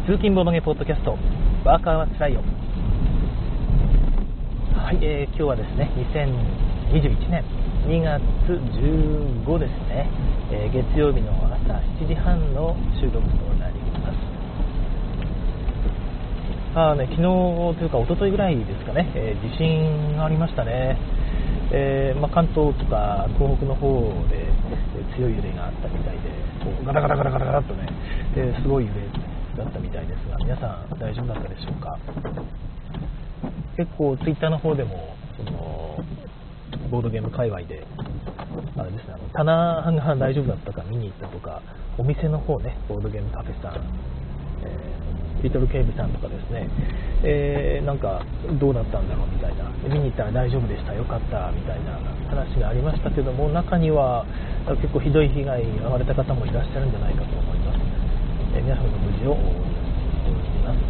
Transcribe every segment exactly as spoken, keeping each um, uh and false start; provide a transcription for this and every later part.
通勤ボードゲーポッドキャストワーカーはつらいよ。はい、えー、今日はですねにせんにじゅういちねんにがつじゅうごですね、えー、月曜日の朝しちじはんの収録となります。あね、昨日というか一昨日ぐらいですかね、えー、地震がありましたね。えーまあ、関東とか東北の方で、えー、強い揺れがあったみたいで、こうガタガタガタガタガタっとね、えー、すごい揺れだったみたいですが、皆さん大丈夫だったでしょうか。結構ツイッターの方でもそのボードゲーム界隈であれですね、あの棚が大丈夫だったか見に行ったとか、お店の方ね、ボードゲームカフェさん、えー、リトルケーブさんとかですね、えー、なんかどうだったんだろうみたいな、見に行ったら大丈夫でした、よかったみたいな話がありましたけども、中には結構ひどい被害に遭われた方もいらっしゃるんじゃないかと思います。えー、皆さんの無事をお祈りしています。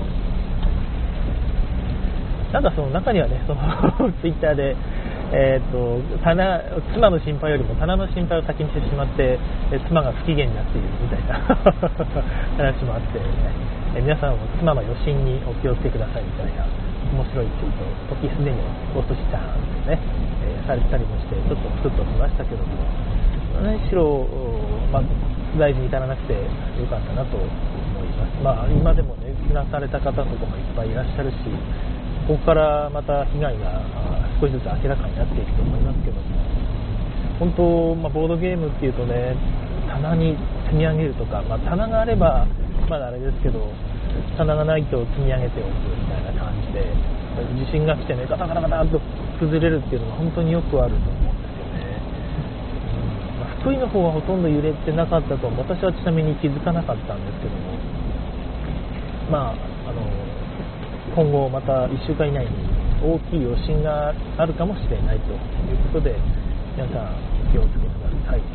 なんかその中にはね、そのツイッターで、えー、と棚妻の心配よりも棚の心配を先にしてしまって、妻が不機嫌になっているみたいな話もあって、ね、え皆さんも妻の余震にお気をつけくださいみたいな面白いツイートを時すでにポストしたんですね、えー、されたりもして、ちょっとふつっとしましたけども、何しろ、まあ、大事に至らなくてよかったなと思います。まあ、今でもね、避難された方とかもいっぱいいらっしゃるし、ここからまた被害が少しずつ明らかになっていくと思いますけども、本当、まあ、ボードゲームっていうとね、棚に積み上げるとか、まあ、棚があればまだあれですけど、棚がないと積み上げておくみたいな感じで、地震が来てね、ガタガタガタっと崩れるっていうのが本当によくあると思うんですよね。うんまあ、福井の方はほとんど揺れてなかったと、私はちなみに気づかなかったんですけども、まああの今後またいっしゅうかん以内に大きい余震があるかもしれないということで、皆さんお気をつけください。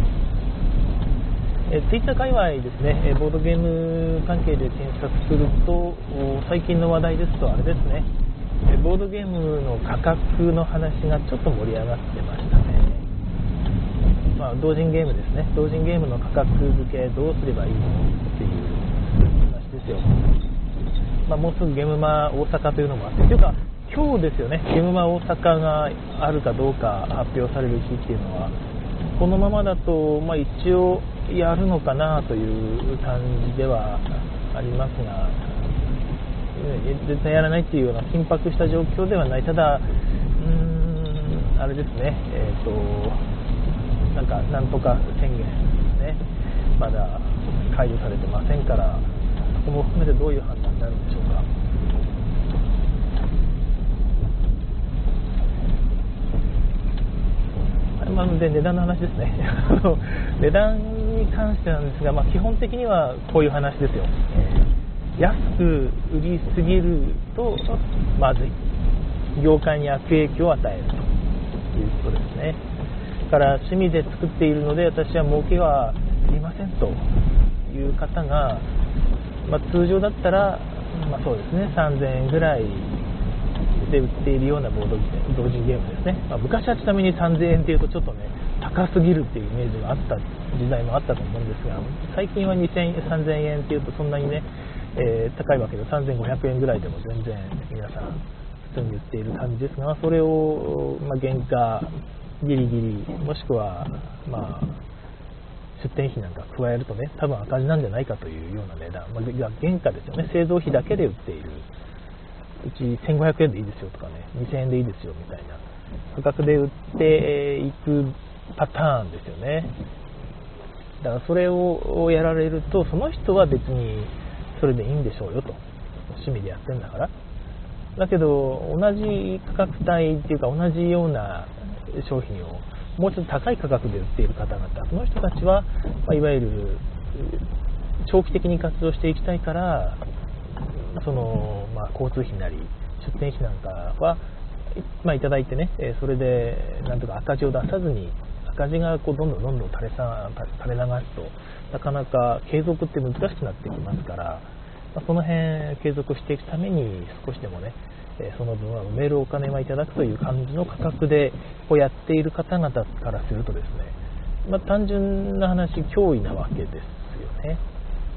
えツイッター界隈ですね、えボードゲーム関係で検索すると、最近の話題ですとあれですね、えボードゲームの価格の話がちょっと盛り上がってましたね。まあ、同人ゲームですね、同人ゲームの価格付けどうすればいいのっていう話ですよ。まあ、もうすぐゲームマ大阪というのもあって、というか今日ですよね、ゲームマ大阪があるかどうか発表される日っていうのは、このままだと、まあ、一応やるのかなという感じではありますが、絶対やらないっていうような緊迫した状況ではない。ただうーんあれですね、えーとなんかなんとか宣言ですね、まだ解除されてませんから、そこも含めてどういう判断になるんでしょうか。まあ、で値段の話ですね値段に関してなんですが、まあ、基本的にはこういう話ですよ、えー、安く売りすぎるとまずい、業界に悪影響を与えるということですね。だから趣味で作っているので私は儲けはいりませんという方が、まあ、通常だったら、まあ、そうですね、さんぜんえんぐらいで売っているようなボード同人ゲームですね。まあ、昔はちなみにさんぜんえんっていうとちょっとね高すぎるっていうイメージがあった時代もあったと思うんですが、最近はにせんえんさんぜんえんっていうとそんなにね、えー、高いわけでさんぜんごひゃくえんぐらいでも全然皆さん普通に売っている感じですが、それを、まあ、原価ギリギリもしくはまあ出店費なんか加えるとね、多分赤字なんじゃないかというような値段、まあ、原価ですよね、製造費だけで売っている、うちせんごひゃくえんでいいですよとかね、にせんえんでいいですよみたいな価格で売っていくパターンですよね。だからそれをやられると、その人は別にそれでいいんでしょうよと、趣味でやってるんだから。だけど同じ価格帯っていうか同じような商品をもうちょっと高い価格で売っている方々、その人たちは、まあ、いわゆる長期的に活動していきたいから、その、まあ、交通費なり出店費なんかは、まあ、いただいてね、それでなんとか赤字を出さずに、赤字がこうどんどんどんどん垂れさ垂れ流すとなかなか継続って難しくなってきますから、まあ、その辺継続していくために少しでもね、その分は埋めるお金はいただくという感じの価格でこうやっている方々からするとですね、まあ、単純な話脅威なわけですよね。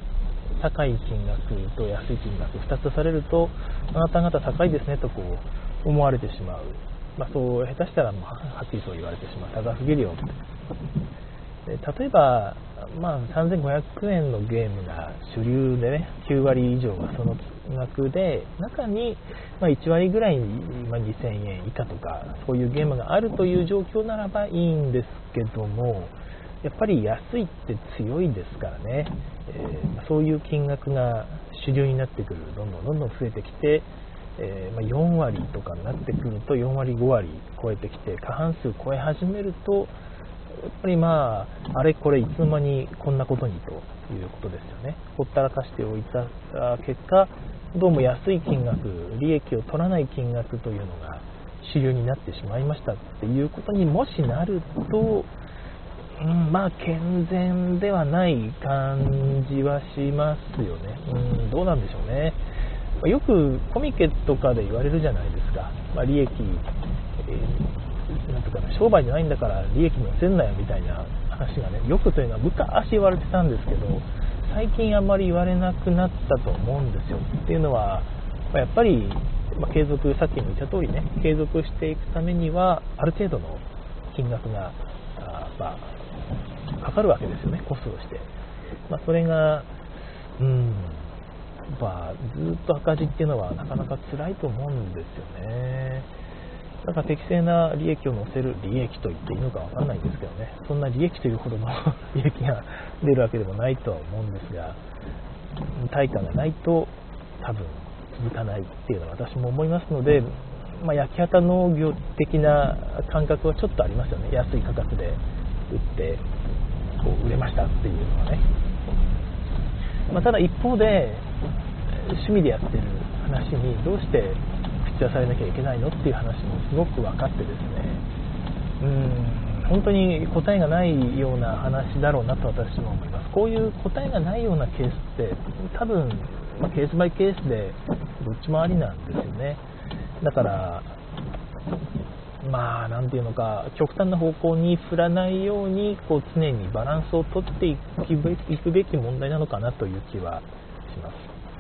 高い金額と安い金額ふたつ出されると、あなた方高いですねとこう思われてしまう、まあ、そう下手したらもうはっきりと言われてしまう、高すぎるよで、例えば、まあ、さんぜんごひゃくえんのゲームが主流でね、きゅうわり以上がその金額で、中にまあいちわりぐらいににせんえん以下とかそういうゲームがあるという状況ならばいいんですけども、やっぱり安いって強いですからね、えー、そういう金額が主流になってくる、どんどんどんどん増えてきて、えーまあ、よんわりとかになってくるとよんわりごわり超えてきて、過半数超え始めるとやっぱりまああれこれいつの間にこんなことにということですよね。ほったらかしておいた結果、どうも安い金額、利益を取らない金額というのが主流になってしまいましたっていうことにもしなると、うん、まあ健全ではない感じはしますよね。うん、どうなんでしょうね。よくコミケとかで言われるじゃないですか。まあ、利益、えー、なんとかね、商売じゃないんだから利益乗せんなよみたいな話がね、よくというのは昔言われてたんですけど、最近あんまり言われなくなったと思うんですよ。っていうのは、まあ、やっぱり、まあ、継続、さっきも言った通りね、継続していくためにはある程度の金額があ、まあ、かかるわけですよね、コストとして。まあ、それが、うん、まあ、ずっと赤字っていうのはなかなか辛いと思うんですよね。だから適正な利益を乗せる、利益と言っていいのかわかんないんですけどね、そんな利益というほどの利益が出るわけでもないとは思うんですが、対価がないと多分続かないっていうのは私も思いますので、まあ、焼き畑農業的な感覚はちょっとありますよね。安い価格で売ってこう売れましたっていうのはね。まあ、ただ一方で趣味でやってる話にどうして口出されなきゃいけないのっていう話もすごく分かってですね、うーん本当に答えがないような話だろうなと私も思います。こういう答えがないようなケースって多分、まあ、ケースバイケースでどっちもありなんですよね。だからまあなんていうのか、極端な方向に振らないようにこう常にバランスをとっていくべき、いくべき問題なのかなという気はします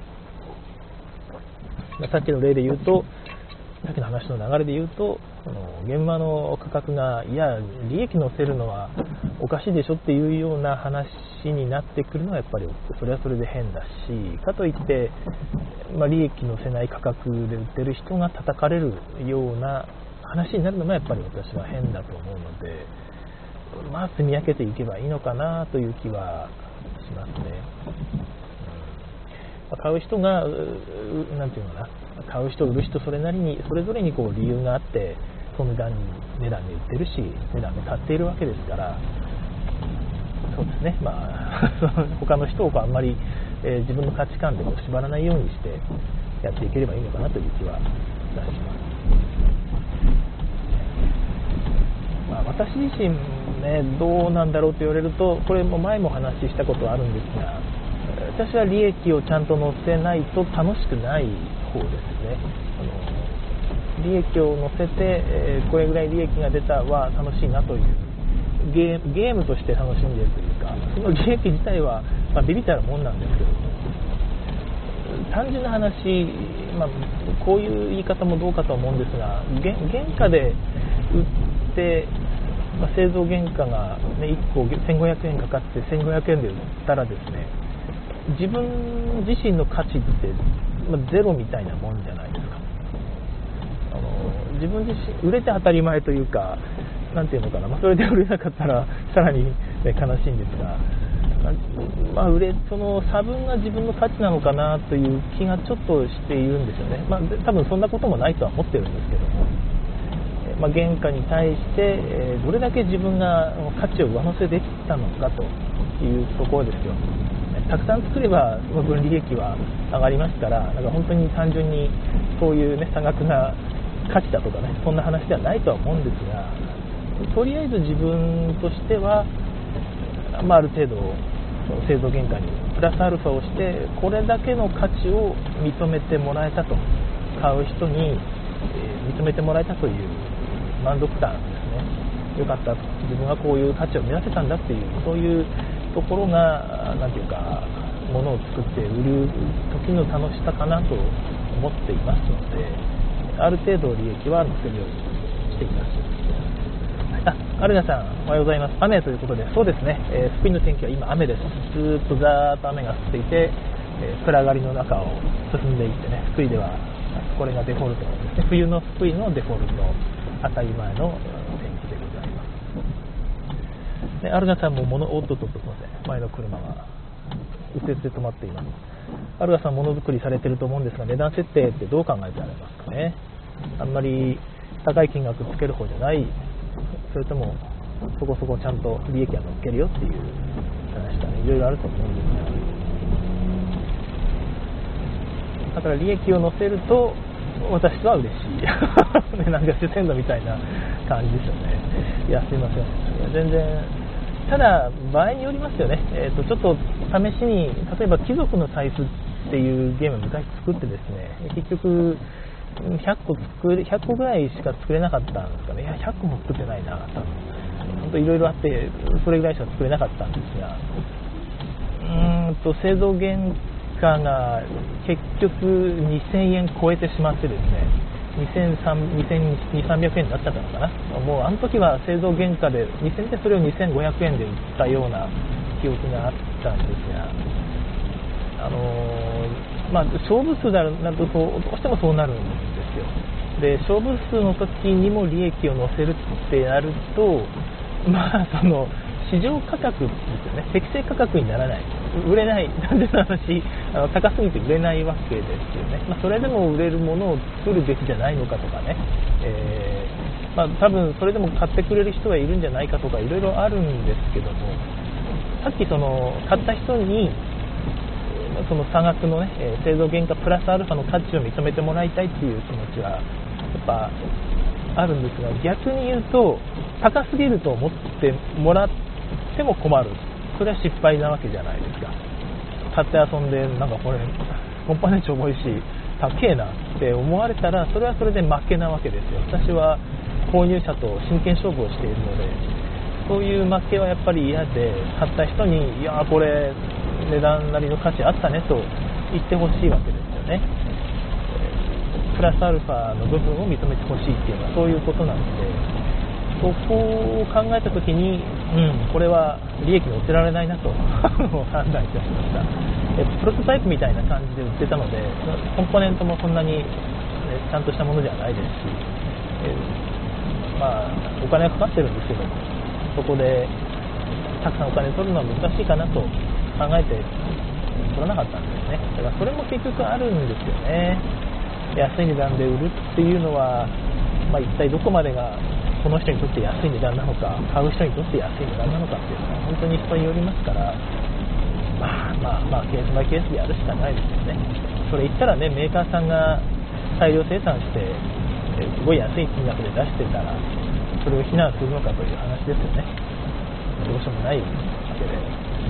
。さっきの例で言うと、さっきの話の流れで言うと、その現場の価格がいや利益乗せるのはおかしいでしょっていうような話になってくるのはやっぱりそれはそれで変だし、かといって、まあ、利益乗せない価格で売ってる人が叩かれるような話になるのもやっぱり私は変だと思うので、まあ積み上げていけばいいのかなという気はしますね。うん、買う人がなんていうのかな、買う人売る人それなりにそれぞれにこう理由があってその値段に値段で売ってるし値段で買っているわけですから、そうですね、まあ他の人をこうあんまり、えー、自分の価値観でこう縛らないようにしてやっていければいいのかなという気はいたします。まあ、私自身ね、どうなんだろうと言われると、これも前も話したことあるんですが、私は利益をちゃんと乗せないと楽しくない方ですね。あの利益を乗せて、えー、これぐらい利益が出たは楽しいなというゲー、ゲームとして楽しんでいるというか、その利益自体は、まあ、ビビったるもんなんですけども、単純な話、まあ、こういう言い方もどうかと思うんですが、原, 原価で売って、まあ、製造原価が、ね、いっこせんごひゃくえんかかってせんごひゃくえんで売ったらですね、自分自身の価値って、まあ、ゼロみたいなもんじゃないですか。あの自分自身売れて当たり前というか、なんていうのかな、まあ、それで売れなかったらさらに、ね、悲しいんですが、まあ、売れその差分が自分の価値なのかなという気がちょっとしているんですよね。まあ、多分そんなこともないとは思ってるんですけども、まあ、原価に対して、えー、どれだけ自分が価値を上乗せできたのかというところですよ。たくさん作ればその分利益は上がりますから、なんか本当に単純にそういう、ね、差額な価値だとかね、そんな話ではないとは思うんですが、とりあえず自分としては、まあ、ある程度製造原価にプラスアルファをしてこれだけの価値を認めてもらえたと、買う人に認めてもらえたという満足感ですね。よかった、自分はこういう価値を目指せたんだっていう、そういうところがなんていうかものを作って売る時の楽しさかなと思っていますので、ある程度利益は乗せるようにしています。あ、アルナさんおはようございます。雨ということで、そうですね、えー、福井の天気は今雨です。ずーっとざーっと雨が降っていて、えー、暗がりの中を進んでいってね、福井ではこれがデフォルトですね、冬の福井のデフォルト、当たり前の天気でございます。で、アルナさんも物、おっとっとっとすいません、前の車は右折で止まっています。アルナさんものづくりされてると思うんですが、値段設定ってどう考えてられますかね。あんまり高い金額つける方じゃない、それともそこそこちゃんと利益が乗っけるよっていう話がね、いろいろあると思うんですが、だから利益を乗せると私は嬉しいね、なんか主戦度みたいな感じですよね。いやすいません、いや全然、ただ場合によりますよね。えーとちょっと試しに、例えば貴族のサイズっていうゲームを昔作ってですね、結局ひゃっこ作れひゃっこぐらいしか作れなかったんですかね。いやひゃっこも作ってないな、多分本当いろいろあってそれぐらいしか作れなかったんですが、うーんと製造原価が結局にせんえん超えてしまってですね、にせんさんびゃく、さんびゃくえんになっちゃったのかな。もうあの時は製造原価でにせんえんでそれをにせんごひゃくえんで売ったような記憶があったんですが、あのーまあ、勝負数だとそうどうしてもそうなるんですよ。で勝負数の時にも利益を乗せるってやると、まあその市場価格ですよね、適正価格にならない、売れない、単純な話、あの高すぎて売れないわけですよね。まあ、それでも売れるものを作るべきじゃないのかとかね、えーまあ、多分それでも買ってくれる人はいるんじゃないかとかいろいろあるんですけども、さっきその買った人にその差額のね、えー、製造原価プラスアルファの価値を認めてもらいたいっていう気持ちはやっぱあるんですが、逆に言うと高すぎると思ってもらっても困る、それは失敗なわけじゃないですか。買って遊んでなんかこれコンポーネント重いし高えなって思われたら、それはそれで負けなわけですよ。私は購入者と真剣勝負をしているので、そういう負けはやっぱり嫌で、買った人にいやこれ値段なりの価値あったねと言ってほしいわけですよね。プラスアルファの部分を認めてほしいっていうのはそういうことなので、そこを考えたときに、うん、これは利益に乗せられないなと判断いたしました。えプロトタイプみたいな感じで売ってたので、コンポーネントもそんなに、ね、ちゃんとしたものではないですし、えまあお金がかかってるんですけども、そこでたくさんお金取るのは難しいかなと考えて取らなかったんですね。だからそれも結局あるんですよね。安い値段で売るっていうのは、まあ、一体どこまでがこの人にとって安い値段なのか、買う人にとって安い値段なのかっていうのは本当に人によりますから、まあまあまあケースバイケースでやるしかないですよね。それ言ったらね、メーカーさんが大量生産してすごい安い金額で出してたらそれを非難するのかという話ですよね。どうしようもないわけで、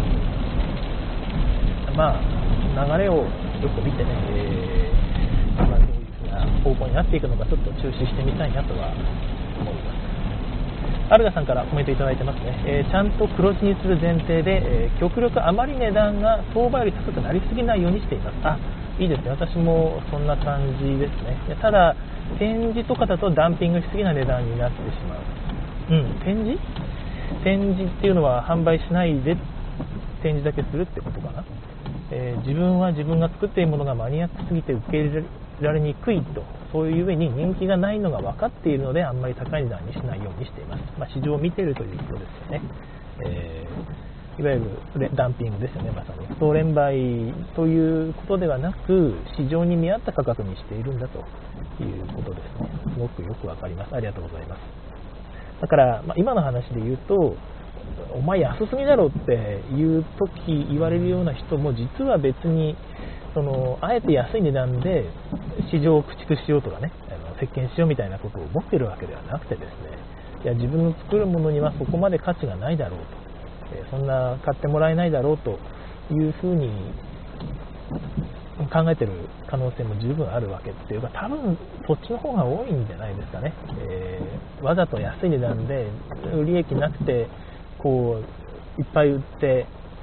まあ流れをよく見てね、えーまあ、どういうふうな方向になっていくのかちょっと注視してみたいなとは思います。アルガさんからコメントいただいてますね。えー、ちゃんと黒字にする前提で、えー、極力あまり値段が相場より高くなりすぎないようにしています。あ、いいですね。私もそんな感じですね。ただ展示とかだとダンピングしすぎな値段になってしまう。うん、展示展示っていうのは販売しないで展示だけするってことかな。えー、自分は自分が作っているものがマニアックすぎて受け入れられにくいと、そういう上に人気がないのが分かっているのであんまり高い値段にしないようにしています。まあ、市場を見ているということですよね。えー、いわゆるダンピングですよね。まさにストーレンバイということではなく、市場に見合った価格にしているんだということですね。すごくよく分かります。ありがとうございます。だから、まあ、今の話で言うと、お前安すぎだろっていう時言われるような人も実は別にそのあえて安い値段で市場を駆逐しようとかね、あの席巻しようみたいなことを思ってるわけではなくてですね、いや自分の作るものにはそこまで価値がないだろうと、えそんな買ってもらえないだろうというふうに考えてる可能性も十分あるわけっていうか、多分そっちの方が多いんじゃないですかね。えー、わざと安い値段で利益なくてこういっぱい売って、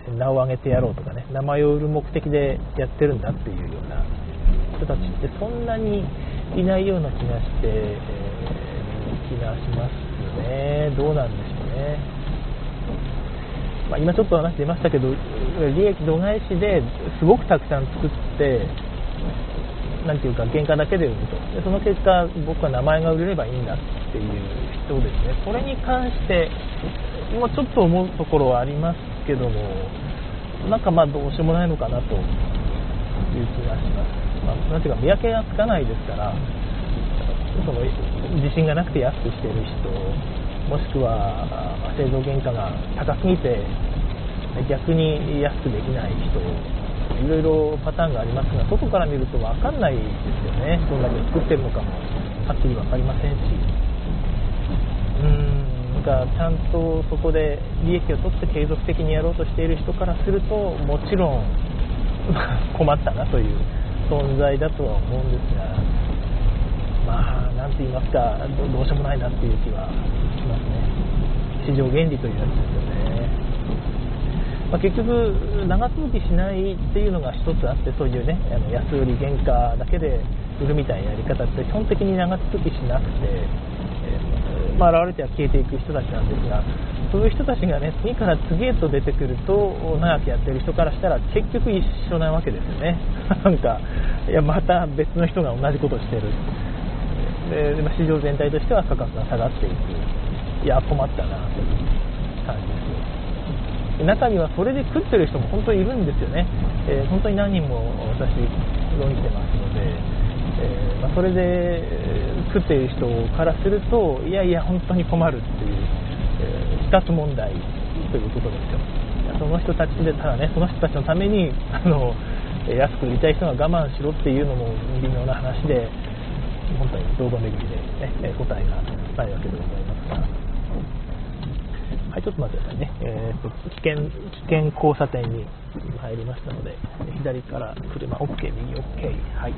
名を上げてやろうとかね、名前を売る目的でやってるんだっていうような人たちってそんなにいないような気がして、えー、気がしますね。どうなんでしょうね。まあ、今ちょっと話出ましたけど、利益度外視ですごくたくさん作ってなんていうか原価だけで売ると、でその結果僕は名前が売れればいいんだっていう人ですね。これに関してもうちょっと思うところはありますけども、なんかまあどうしようもないのかなという気がします。まあ、なんていうか見分けがつかないですから、その自信がなくて安くしている人、もしくは製造原価が高すぎて逆に安くできない人、いろいろパターンがありますが、外から見ると分かんないですよね。どんだけ作ってるのかもはっきり分かりませんし、うーんがちゃんとそこで利益を取って継続的にやろうとしている人からすると、もちろん困ったなという存在だとは思うんですが、まあなんて言いますか、どうしようもないなっていう気はしますね。市場原理というやつですよね。まあ、結局長続きしないっていうのが一つあって、そういうねあの安売り原価だけで売るみたいなやり方って基本的に長続きしなくて、えーまあ、現れては消えていく人たちなんですが、そういう人たちがね次から次へと出てくると、長くやってる人からしたら結局一緒なわけですよね。なんかいやまた別の人が同じことをしてるで、で市場全体としては価格が下がっていく、いや困ったなという感じですよ。中にはそれで食ってる人も本当にいるんですよね。えー、本当に何人も私論してますので、えーまあ、それで食っている人からすると、いやいや本当に困るっていう、えー、死活問題ということですよ。その人たちでただね、その人たちのためにあの安く売りたい人が我慢しろっていうのも微妙な話で、本当に堂々巡りで、ね、答えがないわけでございますが。はい、ちょっと待ってくださいね。えー、と危険、危険交差点に入りましたので、左から車 OK、右 OK、はい。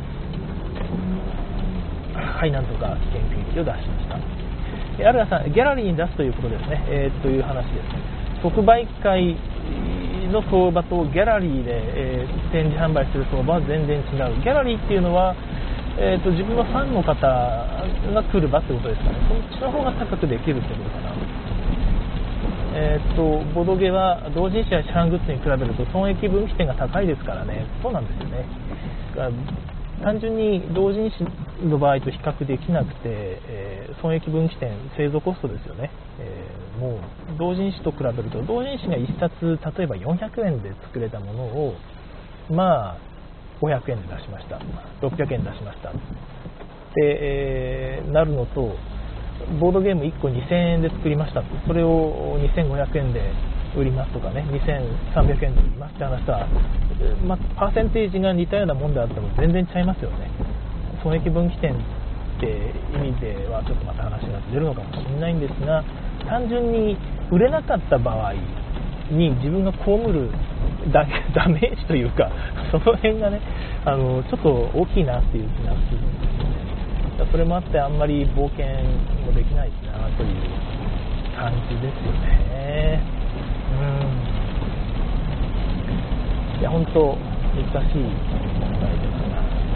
はい、なんとか危険区域を出しました。えー、アルガさん、ギャラリーに出すということですね。えー、という話です。即売会の相場とギャラリーで、えー、展示販売する相場は全然違う。ギャラリーっていうのは、えー、と自分のファンの方が来る場ってことですかね。そっちの方が高くできるってことかな。えー、とボドゲは同人誌や市販グッズに比べると損益分岐点が高いですからね。そうなんですよね。単純に同人誌の場合と比較できなくて、えー、損益分岐点、製造コストですよね。えー、もう同人誌と比べると、同人誌がいっさつ例えばよんひゃくえんで作れたものをまあごひゃくえんで出しました、ろっぴゃくえん出しましたで、えー、なるのと、ボードゲームいっこにせんえんで作りました、それをにせんごひゃくえんで売りますとかね、にせんさんびゃくえんで売りますって話は、まあ、パーセンテージが似たようなもんであっても全然違いますよね。損益分岐点って意味ではちょっとまた話が出るのかもしれないんですが、単純に売れなかった場合に自分が被るダ, ダメージというか、その辺がね、あのちょっと大きいなっていう気がするんですよね。それもあってあんまり冒険もできないしなという感じですよね。うん、いや本当難しい問題です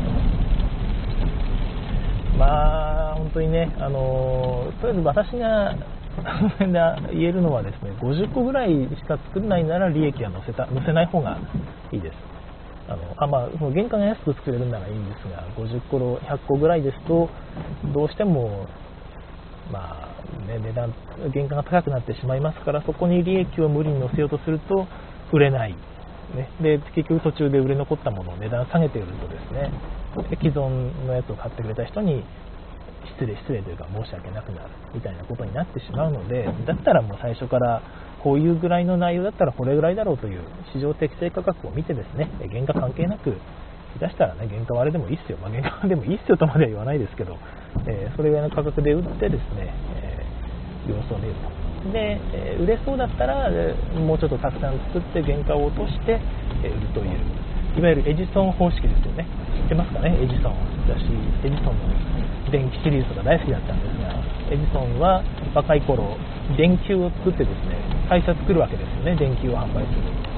が、まあ本当にね、あのとりあえず私が言えるのはですね、ごじゅっこぐらいしか作れないなら利益は載せた載せない方がいいです。あのあまあ、その原価が安く作れるならいいんですが、ごじゅっこ、ひゃっこぐらいですとどうしても、まあね、値段原価が高くなってしまいますから、そこに利益を無理に載せようとすると売れない、ね、で結局途中で売れ残ったものを値段下げて売るとですね、既存のやつを買ってくれた人に失礼失礼というか申し訳なくなるみたいなことになってしまうので、だったらもう最初からこういうぐらいの内容だったらこれぐらいだろうという市場適正価格を見てですね、原価関係なく下手したらね、原価割れでもいいっすよ、まあ、原価でもいいっすよとまでは言わないですけど、えー、それぐらいの価格で売ってですね、えー、様子を見ると。で、えー、売れそうだったら、えー、もうちょっとたくさん作って原価を落として、えー、売るという、いわゆるエジソン方式ですよね。知ってますかね、エジソン。私エジソンの電気シリーズとか大好きだったんですが、エジソンは若い頃電球を作ってですね、会社作るわけですよね、電球を販売する。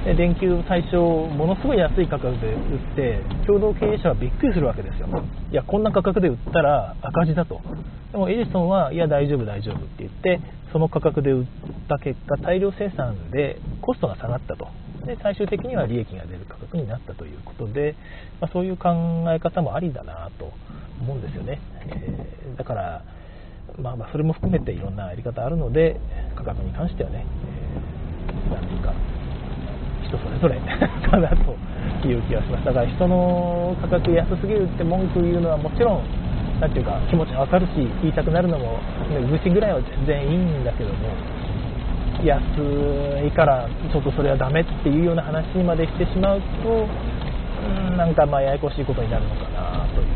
で電球最初ものすごい安い価格で売って共同経営者はびっくりするわけですよ。いやこんな価格で売ったら赤字だと。でもエジソンはいや大丈夫大丈夫って言ってその価格で売った結果大量生産でコストが下がったと。で最終的には利益が出る価格になったということで、まあ、そういう考え方もありだなと思うんですよね。えー、だから、まあ、まあそれも含めていろんなやり方あるので価格に関してはね、えー、なんていうか人それぞれかなという気がします。だから人の価格安すぎるって文句言うのはもちろんなんていうか気持ちわかるし言いたくなるのも、ね、愚痴ぐらいは全然いいんだけども安いからちょっとそれはダメっていうような話にまでしてしまうとうんなんかまあややこしいことになるのかなという。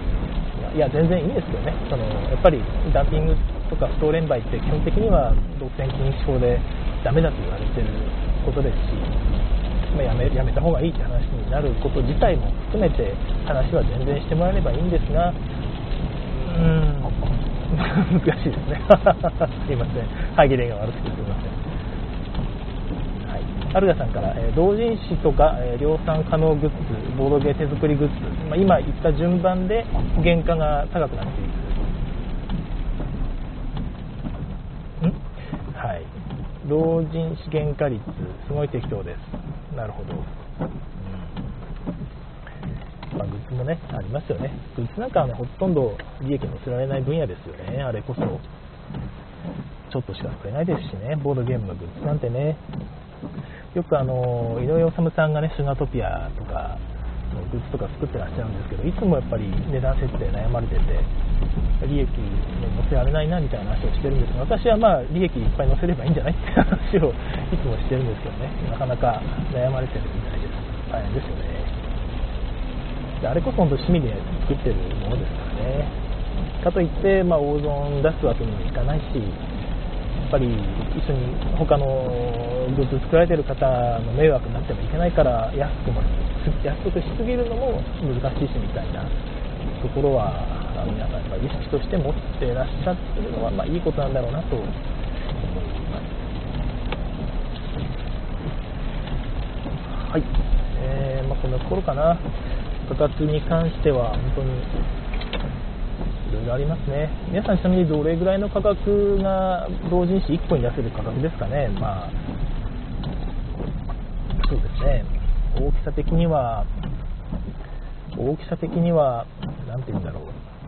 いや全然いいんですけどね。そのやっぱりダンピングとか不当連売って基本的には独占禁止法でダメだと言われてることですし、まあ、やめ、やめた方がいいって話になること自体も含めて話は全然してもらえればいいんですが、うーん難しいですねすいません歯切れが悪くてすいません。アルガさんから、えー、同人誌とか、えー、量産可能グッズ、ボードゲー手作りグッズ、まあ、今言った順番で原価が高くなっていく。んはい。同人誌原価率、すごい適当です。なるほど。うんまあ、グッズもね、ありますよね。グッズなんかは、ね、ほとんど利益の乗せられない分野ですよね。あれこそ。ちょっとしか作れないですしね。ボードゲームのグッズなんてね。よくあの井上治さんがねシュガトピアとかのグッズとか作ってらっしゃるんですけどいつもやっぱり値段設定悩まれてて利益、ね、乗せられないなみたいな話をしてるんですが私はまあ利益いっぱい乗せればいいんじゃないって話をいつもしてるんですけどねなかなか悩まれてるみたいです。大変ですよね。であれこそ本当趣味で作ってるものですからね。かといって、まあ、大損出すわけにもいかないしやっぱり一緒に他のグッズ作られている方の迷惑になってもいけないから安くも安くしすぎるのも難しいしみたいなところは皆さんやっぱり意識として持っていらっしゃってるのはまあいいことなんだろうなと思います。はい、えーまあ、こんなところかな。価格に関しては本当にいろいろありますね。皆さんちなみにどれぐらいの価格が同人誌いっこに出せる価格ですかね。まあそうですね。大きさ的には大きさ的にはなんて言うんだろう。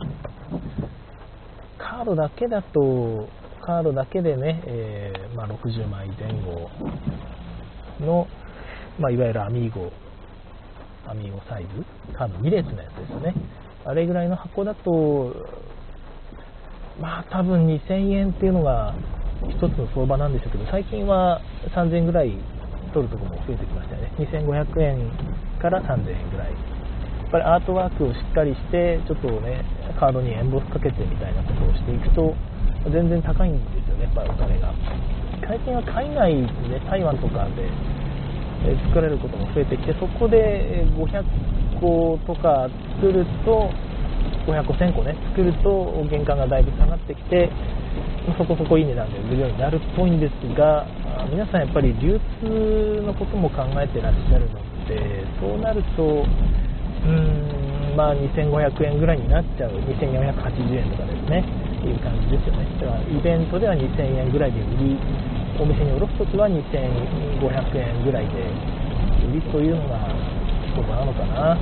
カードだけだとカードだけでね、えーまあ、ろくじゅうまいぜん後の、まあ、いわゆるアミーゴアミーゴサイズカードに列のやつですよね。あれぐらいの箱だとまあ多分にせんえんっていうのが一つの相場なんでしょうけど最近はさんぜんえんぐらい取るところも増えてきましたよね。にせんごひゃくえんからさんぜんえんぐらい。やっぱりアートワークをしっかりしてちょっとねカードにエンボスかけてみたいなことをしていくと全然高いんですよね。やっぱりお金が最近は海外で、ね、台湾とかで作られることも増えてきてそこでごひゃっことか作るとごひゃっこせんこね作ると原価がだいぶ下がってきてそこそこいい値段で売れるようになるっぽいんですが皆さんやっぱり流通のことも考えてらっしゃるのでそうなるとうーんまあにせんごひゃくえんぐらいになっちゃうにせんよんひゃくはちじゅうえんとかですねいう感じですよね。だからイベントではにせんえんぐらいで売りお店に卸すときはにせんごひゃくえんぐらいで売りというのがそうなのかな。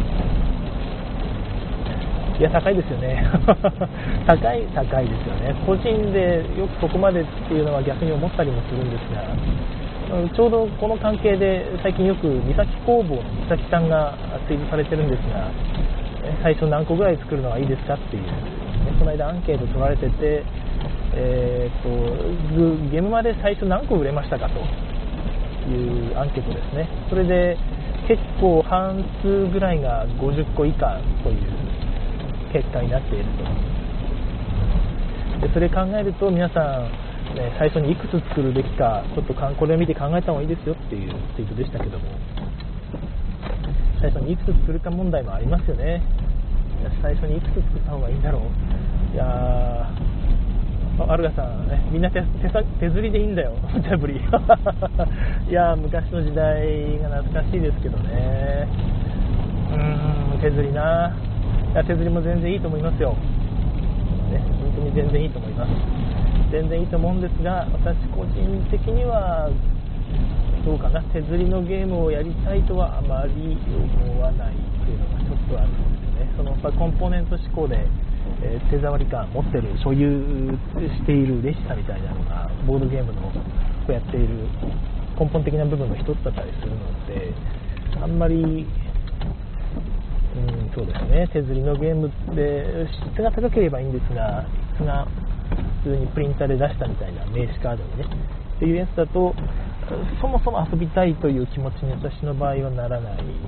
いや高いですよね高い高いですよね。個人でよくそこまでっていうのは逆に思ったりもするんですがちょうどこの関係で最近よく三崎工房の三崎さんがツイートされてるんですが最初何個ぐらい作るのがいいですかっていう、ね、この間アンケート取られててえー、とゲームまで最初何個売れましたかというアンケートですね。それで結構半数ぐらいがごじゅっこ以下という結果になっていると。でそれ考えると皆さん、ね、最初にいくつ作るべきかちょっとこれを見て考えた方がいいですよっていうツイートでしたけども最初にいくつ作るか問題もありますよね。最初にいくつ作った方がいいんだろう。いやーあアルガさん、ね、みんな 手, 手, 手釣りでいいんだよ、無茶ぶり。いや昔の時代が懐かしいですけどね。うーん、手釣りな。いや手釣りも全然いいと思いますよ、ね、本当に全然いいと思います。全然いいと思うんですが、私個人的にはどうかな、手釣りのゲームをやりたいとはあまり思わないというのがちょっとあるんですよね。そのやっぱコンポーネント思考で、えー、手触り感持ってる、所有しているレシさみたいなのがボードゲームのこうやっている根本的な部分の一つだったりするので、あんまりうん、そうですね、手釣りのゲームで質が高ければいいんですが、質が普通にプリンターで出したみたいな名刺カードにねっていうやつだと、そもそも遊びたいという気持ちに私の場合はならないですよね。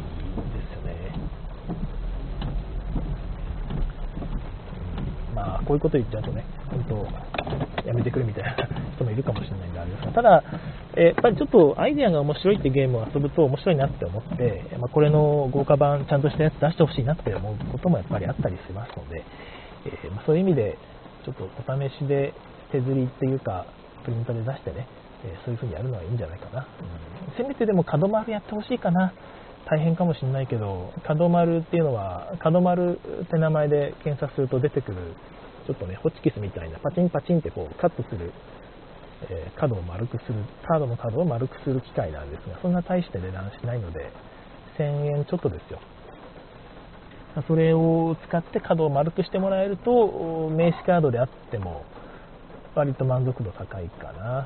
うん、まあこういうこと言っちゃうとね、本当やめてくれみたいな人もいるかもしれないんであれですが、ただ、えー、やっぱりちょっとアイデアが面白いってゲームを遊ぶと面白いなって思って、まあ、これの豪華版ちゃんとしたやつ出してほしいなって思うこともやっぱりあったりしますので、えーまあ、そういう意味でちょっとお試しで手釣りっていうかプリントで出してね、えー、そういう風にやるのはいいんじゃないかな、うん、せめてでも角丸やってほしいかな。大変かもしれないけど、角丸っていうのは角丸って名前で検索すると出てくるちょっとねホチキスみたいなパチンパチンってこうカットする、えー、角を丸くするカードの角を丸くする機械なんですが、そんな大して値段しないのでせんえんちょっとですよ。それを使って角を丸くしてもらえると名刺カードであっても割と満足度高いかな。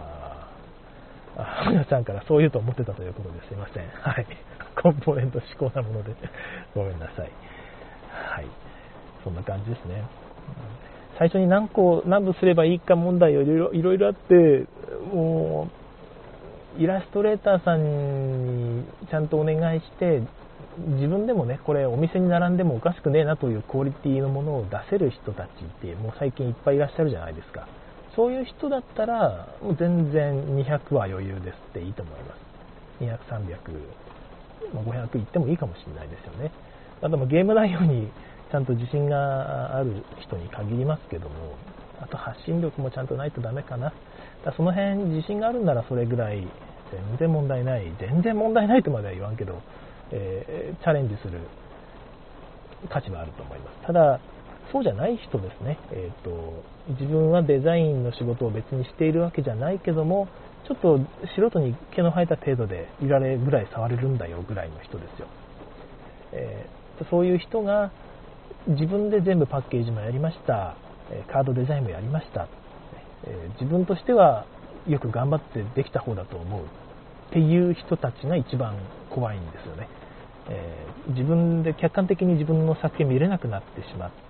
ああ、皆さんからそう言うと思ってたということですいません。はい、コンポーネント思考なものでごめんなさい。はい、そんな感じですね。最初に何個何部すればいいか問題をいろいろいろいろあって、もうイラストレーターさんにちゃんとお願いして自分でもねこれお店に並んでもおかしくねえなというクオリティのものを出せる人たちってもう最近いっぱいいらっしゃるじゃないですか。そういう人だったらもう全然にひゃくは余裕ですっていいと思います。にひゃく、さんびゃく、ごひゃくいってもいいかもしれないですよね。あともゲーム内容にちゃんと自信がある人に限りますけども、あと発信力もちゃんとないとダメかな。だその辺自信があるんならそれぐらい全然問題ない、全然問題ないとまでは言わんけど、えー、チャレンジする価値はあると思います。ただそうじゃない人ですね、えーと、自分はデザインの仕事を別にしているわけじゃないけども、ちょっと素人に毛の生えた程度でいられるぐらい触れるんだよぐらいの人ですよ。えー、そういう人が自分で全部パッケージもやりました、カードデザインもやりました、えー、自分としてはよく頑張ってできた方だと思うっていう人たちが一番怖いんですよね。えー、自分で客観的に自分の作品見れなくなってしまって、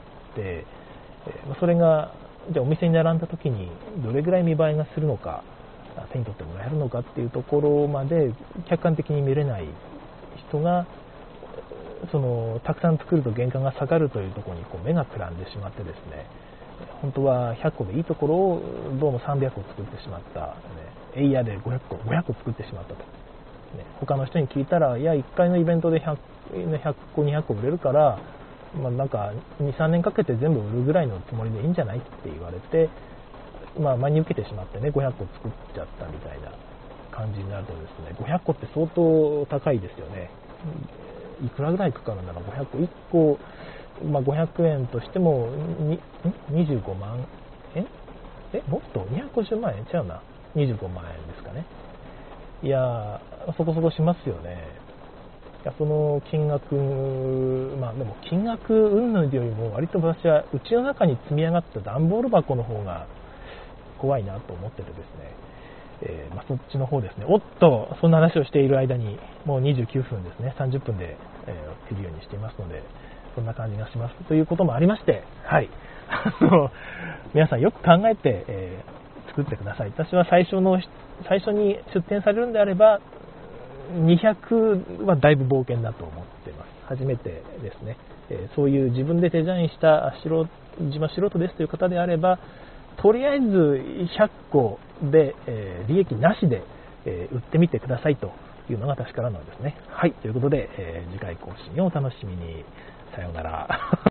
えー、それがじゃあお店に並んだ時にどれぐらい見栄えがするのか、手に取ってもらえるのかっていうところまで客観的に見れない人がそのたくさん作ると原価が下がるというところにこう目がくらんでしまってですね、本当はひゃっこでいいところをどうもさんびゃっこ作ってしまった、ね、エイヤーでごひゃっこごひゃっこ作ってしまったと、ね、他の人に聞いたらいやいっかいのイベントでひゃっこにひゃっこ売れるから、まあ、なんかにさんねんかけて全部売るぐらいのつもりでいいんじゃないって言われて、まあ、真に受けてしまってねごひゃっこ作っちゃったみたいな感じになるとですね、ごひゃっこって相当高いですよね。いくらぐらいかかるんだろう。ごひゃっこいっこ、まあ、ごひゃくえんとしてもににじゅうごまんえんえもっとにひゃくごじゅうまんえんちゃうな、にじゅうごまんえんですかね。いやそこそこしますよね。いやその金額、まあでも金額云々よりも割と私はうちの中に積み上がった段ボール箱の方が怖いなと思っててですね、えーまあ、そっちの方ですね。おっとそんな話をしている間にもうにじゅうきゅうふんですね。さんじゅっぷんで、えー、切るようにしていますので、そんな感じがしますということもありまして、はいあの皆さんよく考えて、えー、作ってください。私は最初の最初に出展されるんであればにひゃくはだいぶ冒険だと思っています。初めてですね、えー、そういう自分でデザインした素人自分は素人ですという方であればとりあえずひゃっこで、えー、利益なしで、えー、売ってみてくださいというのが私からのですね。はい、ということで、えー、次回更新をお楽しみに。さようなら。